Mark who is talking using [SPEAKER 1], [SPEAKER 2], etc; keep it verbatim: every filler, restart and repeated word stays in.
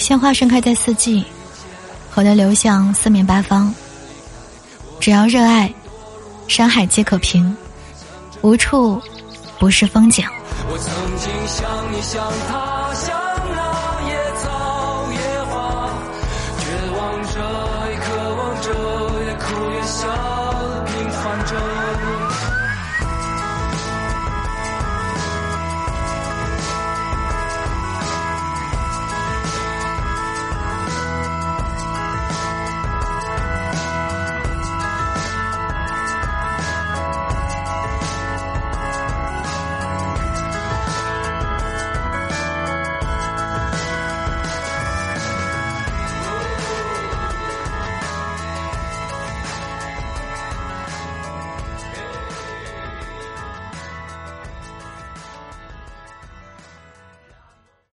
[SPEAKER 1] 鲜花盛开在四季，河流流向四面八方。只要热爱，山海皆可平，无处不是风景。
[SPEAKER 2] 我曾经像你像他像